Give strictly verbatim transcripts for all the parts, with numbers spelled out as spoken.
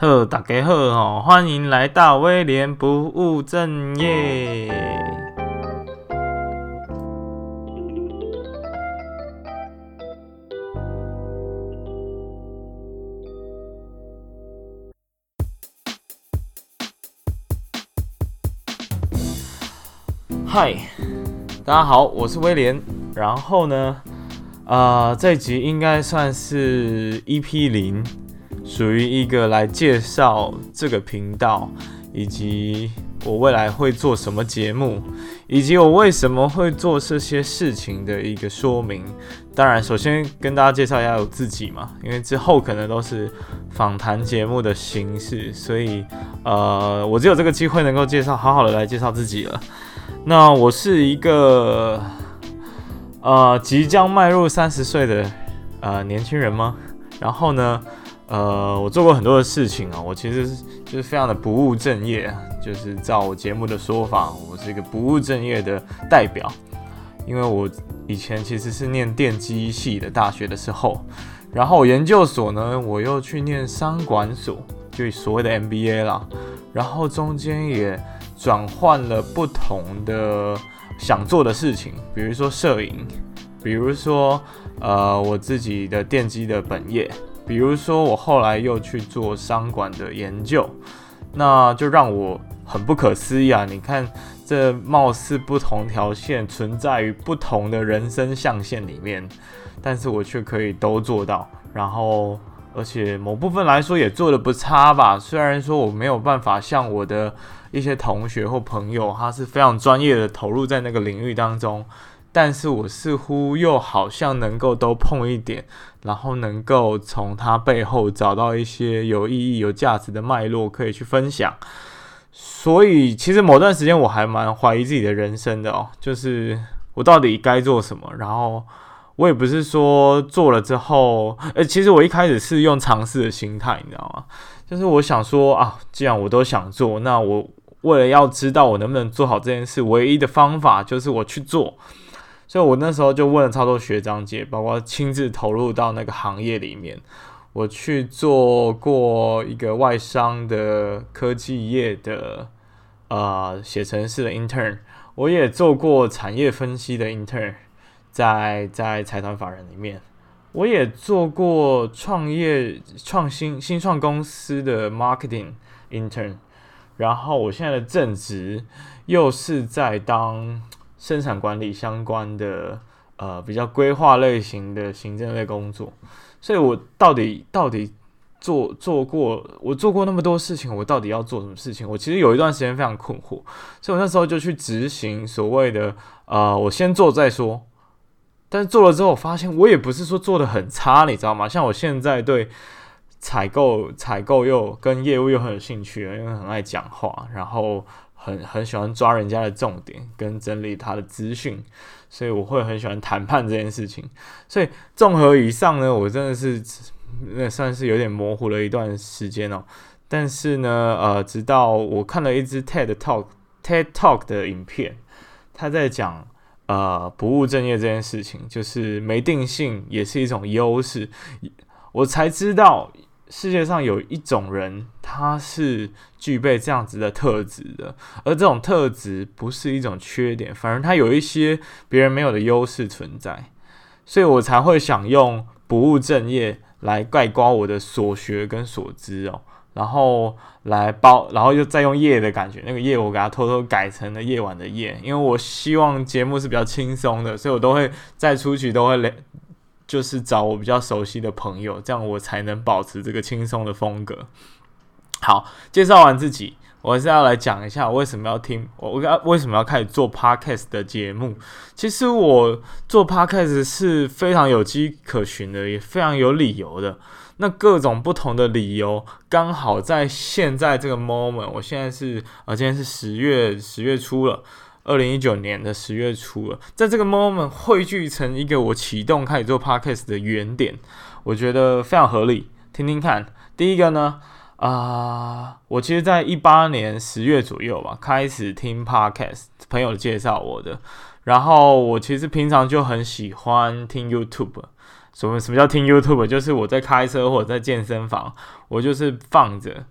呵，大家好哦，欢迎来到威廉不务正业。嗨，大家好，我是威廉。然后呢，呃，这一集应该算是 E P 零。属于一个来介绍这个频道，以及我未来会做什么节目，以及我为什么会做这些事情的一个说明。当然，首先跟大家介绍一下我自己嘛，因为之后可能都是访谈节目的形式，所以呃，我只有这个机会能够介绍，好好的来介绍自己了。那我是一个呃即将迈入三十岁的呃年轻人吗？然后呢？呃，我做过很多的事情啊，我其实就是非常的不务正业，就是照我节目的说法，我是一个不务正业的代表。因为我以前其实是念电机系的，大学的时候，然后我研究所呢，我又去念商管所，就所谓的 M B A 啦，然后中间也转换了不同的想做的事情，比如说摄影，比如说呃我自己的电机的本业。比如说，我后来又去做商管的研究，那就让我很不可思议啊！你看，这貌似不同条线存在于不同的人生象限里面，但是我却可以都做到。然后，而且某部分来说也做得不差吧。虽然说我没有办法像我的一些同学或朋友，他是非常专业的投入在那个领域当中。但是我似乎又好像能够都碰一点，然后能够从它背后找到一些有意义、有价值的脉络可以去分享。所以其实某段时间我还蛮怀疑自己的人生的哦，就是我到底该做什么。然后我也不是说做了之后，呃，其实我一开始是用尝试的心态，你知道吗？就是我想说啊，既然我都想做，那我为了要知道我能不能做好这件事，唯一的方法就是我去做。所以我那时候就问了超多学长姐，包括亲自投入到那个行业里面。我去做过一个外商的科技业的呃写程式的 intern， 我也做过产业分析的 intern， 在在财团法人里面，我也做过创业创新新创公司的 marketing intern， 然后我现在的正职又是在当生产管理相关的呃比较规划类型的行政类工作，所以我到底到底做做过我做过那么多事情，我到底要做什么事情？我其实有一段时间非常困惑，所以我那时候就去执行所谓的呃我先做再说。但是做了之后，我发现我也不是说做得很差，你知道吗？像我现在对采购采购又跟业务又很有兴趣，因为很爱讲话，然后。很很喜欢抓人家的重点跟整理他的资讯，所以我会很喜欢谈判这件事情。所以综合以上呢，我真的是那算是有点模糊了一段时间哦。但是呢，呃，直到我看了一支 TED Talk TED Talk 的影片，他在讲呃不务正业这件事情，就是没定性也是一种优势，我才知道。世界上有一种人，他是具备这样子的特质的，而这种特质不是一种缺点，反而他有一些别人没有的优势存在，所以我才会想用不务正业来概括我的所学跟所知哦，然后来包，然后又再用夜的感觉，那个夜我给它偷偷改成了夜晚的夜，因为我希望节目是比较轻松的，所以我都会再出去都会就是找我比较熟悉的朋友，这样我才能保持这个轻松的风格。好，介绍完自己，我还是要来讲一下我为什么要听，我为什么要开始做 podcast 的节目。其实我做 podcast 是非常有迹可循的，也非常有理由的。那各种不同的理由，刚好在现在这个 moment， 我现在是呃，今天是十月十月初了。二零一九年的十月初了，在这个 moment 汇聚成一个我启动开始做 podcast 的原点，我觉得非常合理。听听看，第一个呢，啊、呃，我其实在一八年十月左右吧，开始听 podcast， 朋友介绍我的。然后我其实平常就很喜欢听 YouTube。什么什么叫听 YouTube？ 就是我在开车或者在健身房，我就是放着。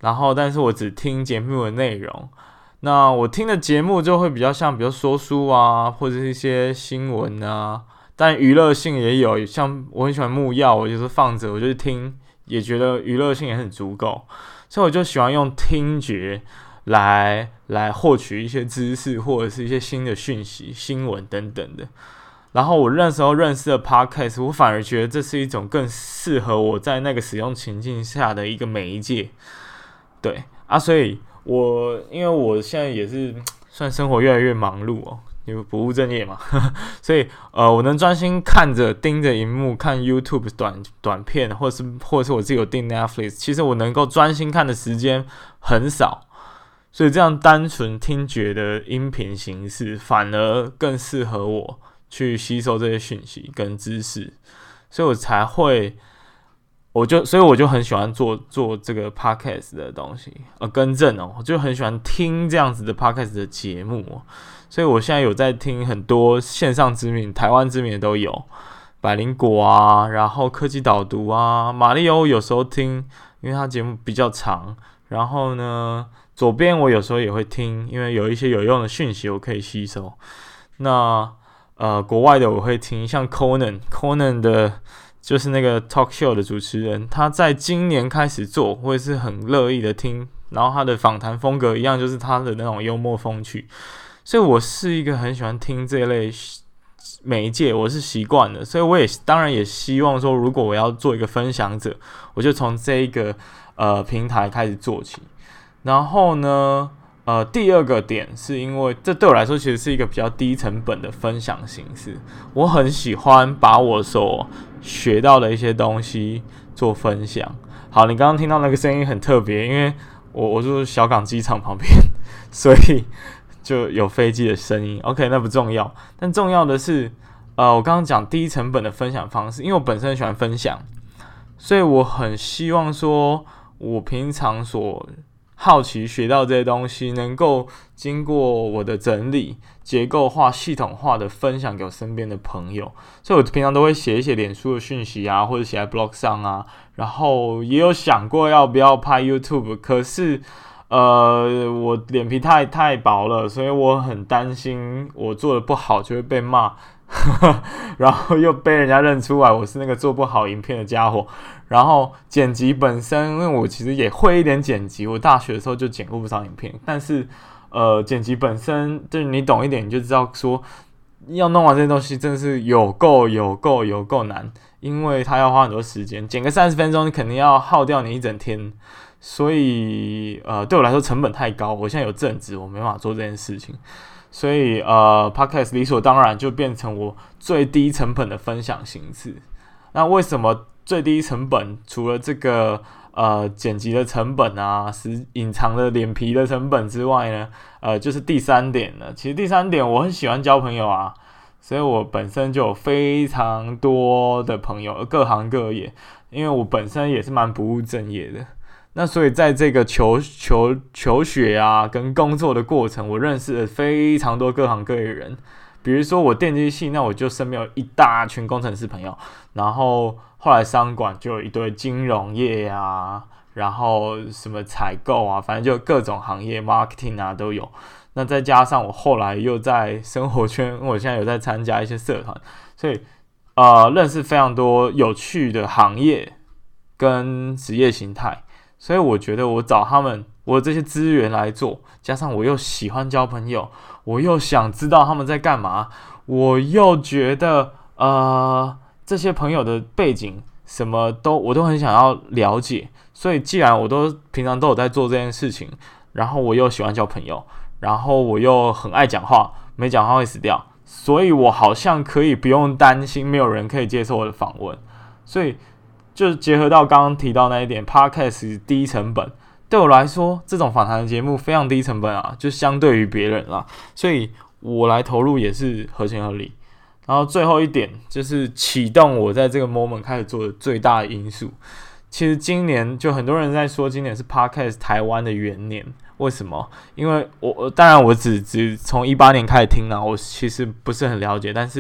然后但是我只听节目的内容。那我听的节目就会比较像，比如说书啊，或者是一些新闻啊，但娱乐性也有，像我很喜欢木曜，我就是放着，我就听，也觉得娱乐性也很足够，所以我就喜欢用听觉来来获取一些知识，或者是一些新的讯息、新闻等等的。然后我那时候认识的 Podcast， 我反而觉得这是一种更适合我在那个使用情境下的一个媒介，对啊，所以。我因为我现在也是算生活越来越忙碌哦，因为不务正业嘛，呵呵所以呃，我能专心看着盯着荧幕看 YouTube 短短片，或者是或者是我自己有订 Netflix， 其实我能够专心看的时间很少，所以这样单纯听觉的音频形式反而更适合我去吸收这些讯息跟知识，所以我才会。我就所以我就很喜欢做做这个 podcast 的东西，呃，更正哦，我就很喜欢听这样子的 podcast 的节目哦，所以我现在有在听很多线上知名、台湾知名的都有，百灵果啊，然后科技导读啊，马里欧有时候听，因为他节目比较长，然后呢，左边我有时候也会听，因为有一些有用的讯息我可以吸收。那呃，国外的我会听，像 Conan，Conan 的。就是那个 talk show 的主持人，他在今年开始做，我也是很乐意的听。然后他的访谈风格一样，就是他的那种幽默风趣，所以我是一个很喜欢听这一类媒介，我是习惯的。所以我也当然也希望说，如果我要做一个分享者，我就从这一个呃平台开始做起。然后呢？呃，第二个点是因为这对我来说其实是一个比较低成本的分享形式。我很喜欢把我所学到的一些东西做分享。好，你刚刚听到那个声音很特别，因为我我住小港机场旁边，所以就有飞机的声音。OK， 那不重要，但重要的是，呃，我刚刚讲低成本的分享方式，因为我本身很喜欢分享，所以我很希望说，我平常所好奇学到这些东西，能够经过我的整理、结构化、系统化的分享给我身边的朋友。所以我平常都会写一些脸书的讯息啊，或者写在 blog 上啊。然后也有想过要不要拍 YouTube， 可是呃，我脸皮太太薄了，所以我很担心我做的不好就会被骂。然后又被人家认出来我是那个做不好影片的家伙，然后剪辑本身，因为我其实也会一点剪辑，我大学的时候就剪过不少影片，但是呃，剪辑本身就是你懂一点，你就知道说要弄完这些东西真的是有够有够有够难，因为它要花很多时间，剪个三十分钟，你肯定要耗掉你一整天，所以呃，对我来说成本太高，我现在有正职，我没办法做这件事情。所以呃 ，Podcast 理所当然就变成我最低成本的分享形式。那为什么最低成本？除了这个呃剪辑的成本啊，是隐藏的脸皮的成本之外呢，呃，就是第三点了。其实第三点，我很喜欢交朋友啊，所以我本身就有非常多的朋友，各行各业，因为我本身也是蛮不务正业的。那所以在这个求求求学啊跟工作的过程，我认识了非常多各行各业的人。比如说我电机系，那我就身边有一大群工程师朋友，然后后来商管就有一堆金融业啊，然后什么采购啊，反正就各种行业 marketing 啊都有。那再加上我后来又在生活圈，我现在有在参加一些社团，所以呃认识非常多有趣的行业跟职业形态。所以我觉得我找他们，我有这些资源来做，加上我又喜欢交朋友，我又想知道他们在干嘛，我又觉得呃这些朋友的背景什么都我都很想要了解。所以既然我都平常都有在做这件事情，然后我又喜欢交朋友，然后我又很爱讲话，没讲话会死掉，所以我好像可以不用担心没有人可以接受我的访问。所以就结合到刚刚提到那一点 ，Podcast 低成本，对我来说，这种访谈的节目非常低成本啊，就相对于别人啦，所以我来投入也是合情合理。然后最后一点就是启动我在这个 moment 开始做的最大的因素。其实今年就很多人在说，今年是 Podcast 台湾的元年。为什么？因为我当然我只只从一八年开始听啦，我其实不是很了解，但是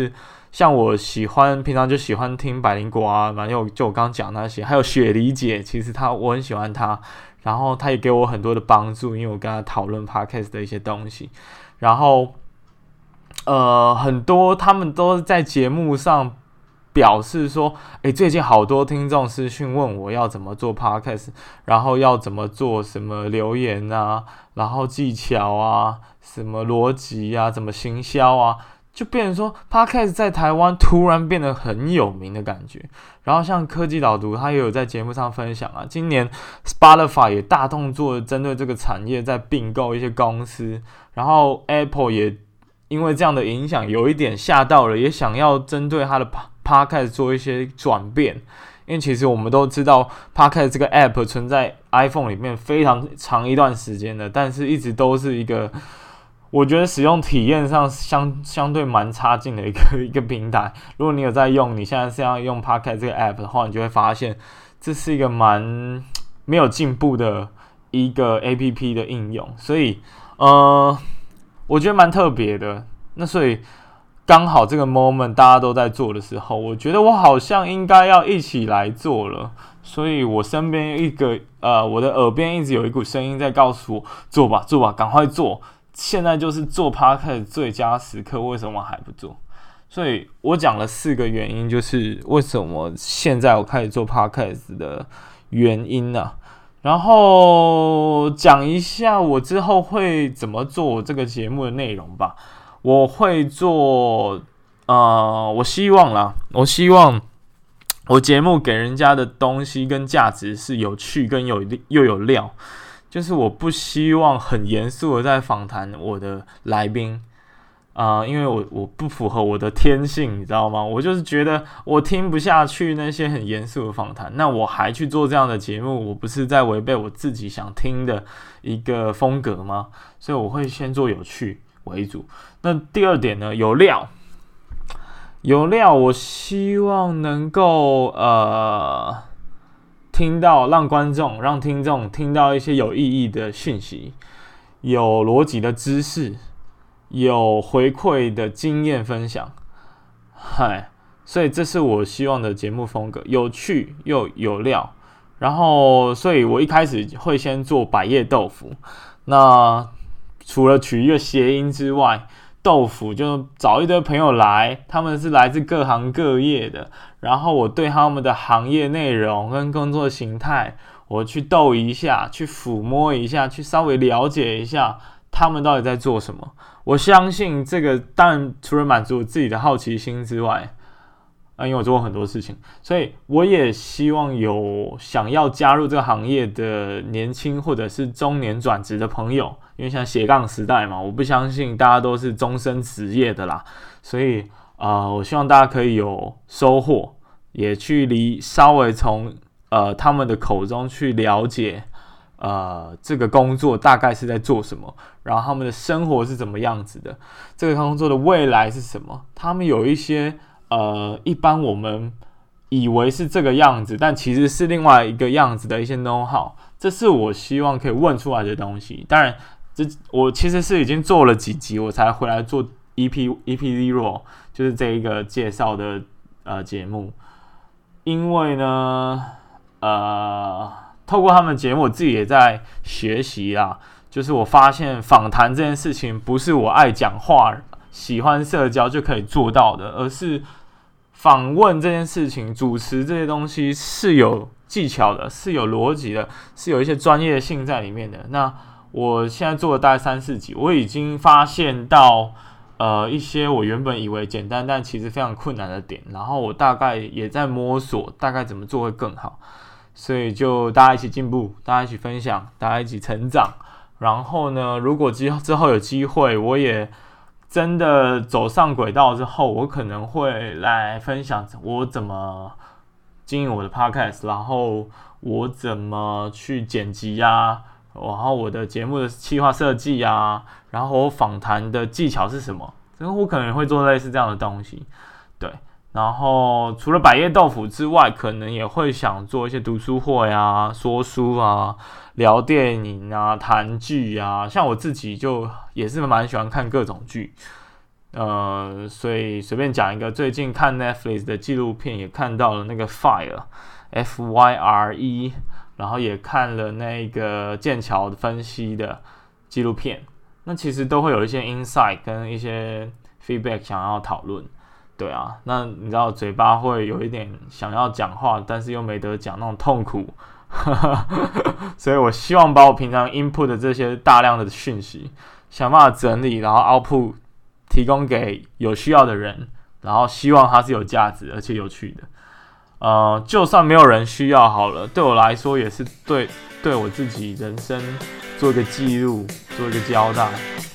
像我喜欢平常就喜欢听百灵果啊，反正就我刚刚讲那些，还有雪梨姐，其实她我很喜欢她，然后她也给我很多的帮助，因为我跟她讨论 podcast 的一些东西，然后呃很多他们都是在节目上表示说，诶，最近好多听众私讯问我要怎么做 podcast， 然后要怎么做什么留言啊，然后技巧啊，什么逻辑啊，怎么行销啊，就变成说 podcast 在台湾突然变得很有名的感觉。然后像科技导读，他也有在节目上分享啊，今年 Spotify 也大动作针对这个产业在并购一些公司，然后 Apple 也因为这样的影响有一点吓到了，也想要针对他的 Podcast 做一些转变。因为其实我们都知道 Podcast 这个 App 存在 iPhone 里面非常长一段时间了，但是一直都是一个我觉得使用体验上相相对蛮差劲的一个一个平台。如果你有在用，你现在是要用 Podcast 这个 App 的话，你就会发现这是一个蛮没有进步的一个 A P P 的应用，所以呃，我觉得蛮特别的。那所以刚好这个 moment 大家都在做的时候，我觉得我好像应该要一起来做了。所以我身边一个呃，我的耳边一直有一股声音在告诉我，做吧做吧，赶快做。现在就是做 podcast 最佳时刻，为什么还不做？所以我讲了四个原因，就是为什么现在我开始做 podcast 的原因啊。然后讲一下我之后会怎么做我这个节目的内容吧。我会做，呃，我希望啦，我希望我节目给人家的东西跟价值是有趣跟有又有料。就是我不希望很严肃的在访谈我的来宾，啊、呃，因为我我不符合我的天性，你知道吗？我就是觉得我听不下去那些很严肃的访谈，那我还去做这样的节目，我不是在违背我自己想听的一个风格吗？所以我会先做有趣为主。那第二点呢，有料，有料，我希望能够呃。听到让观众、让听众听到一些有意义的讯息，有逻辑的知识，有回馈的经验分享，嗨，所以这是我希望的节目风格，有趣又有料。然后，所以我一开始会先做百叶豆腐。那除了取一个谐音之外，豆腐就找一堆朋友来，他们是来自各行各业的，然后我对他们的行业内容跟工作形态，我去逗一下，去抚摸一下，去稍微了解一下他们到底在做什么。我相信这个当然除了满足我自己的好奇心之外，啊，因为我做过很多事情，所以我也希望有想要加入这个行业的年轻或者是中年转职的朋友。因为像斜杠时代嘛，我不相信大家都是终身职业的啦，所以呃，我希望大家可以有收获，也去离稍微从呃他们的口中去了解呃这个工作大概是在做什么，然后他们的生活是怎么样子的，这个工作的未来是什么，他们有一些呃一般我们以为是这个样子，但其实是另外一个样子的一些 know how， 这是我希望可以问出来的东西。当然。这我其实是已经做了几集，我才回来做 E P E P Zero， 就是这一个介绍的呃节目。因为呢，呃，透过他们的节目，我自己也在学习啦。就是我发现访谈这件事情，不是我爱讲话、喜欢社交就可以做到的，而是访问这件事情、主持这些东西是有技巧的，是有逻辑的，是有一些专业性在里面的。那我现在做了大概三四集，我已经发现到呃一些我原本以为简单但其实非常困难的点，然后我大概也在摸索大概怎么做会更好，所以就大家一起进步，大家一起分享，大家一起成长。然后呢，如果之后有机会，我也真的走上轨道之后，我可能会来分享我怎么经营我的 podcast， 然后我怎么去剪辑啊。然后我的节目的企划设计啊，然后我访谈的技巧是什么？我可能会做类似这样的东西，对。然后除了百叶豆腐之外，可能也会想做一些读书会啊、说书啊、聊电影啊、谈剧啊。像我自己就也是蛮喜欢看各种剧， 呃，所以随便讲一个，最近看 Netflix 的纪录片也看到了那个 Fire，F Y R E， 然后也看了那个剑桥分析的纪录片，那其实都会有一些 insight 跟一些 feedback 想要讨论。对啊，那你知道嘴巴会有一点想要讲话，但是又没得讲那种痛苦，所以我希望把我平常 input 的这些大量的讯息，想办法整理，然后 output 提供给有需要的人，然后希望它是有价值而且有趣的。呃，就算没有人需要好了，对我来说也是对对我自己人生做一个记录，做一个交代。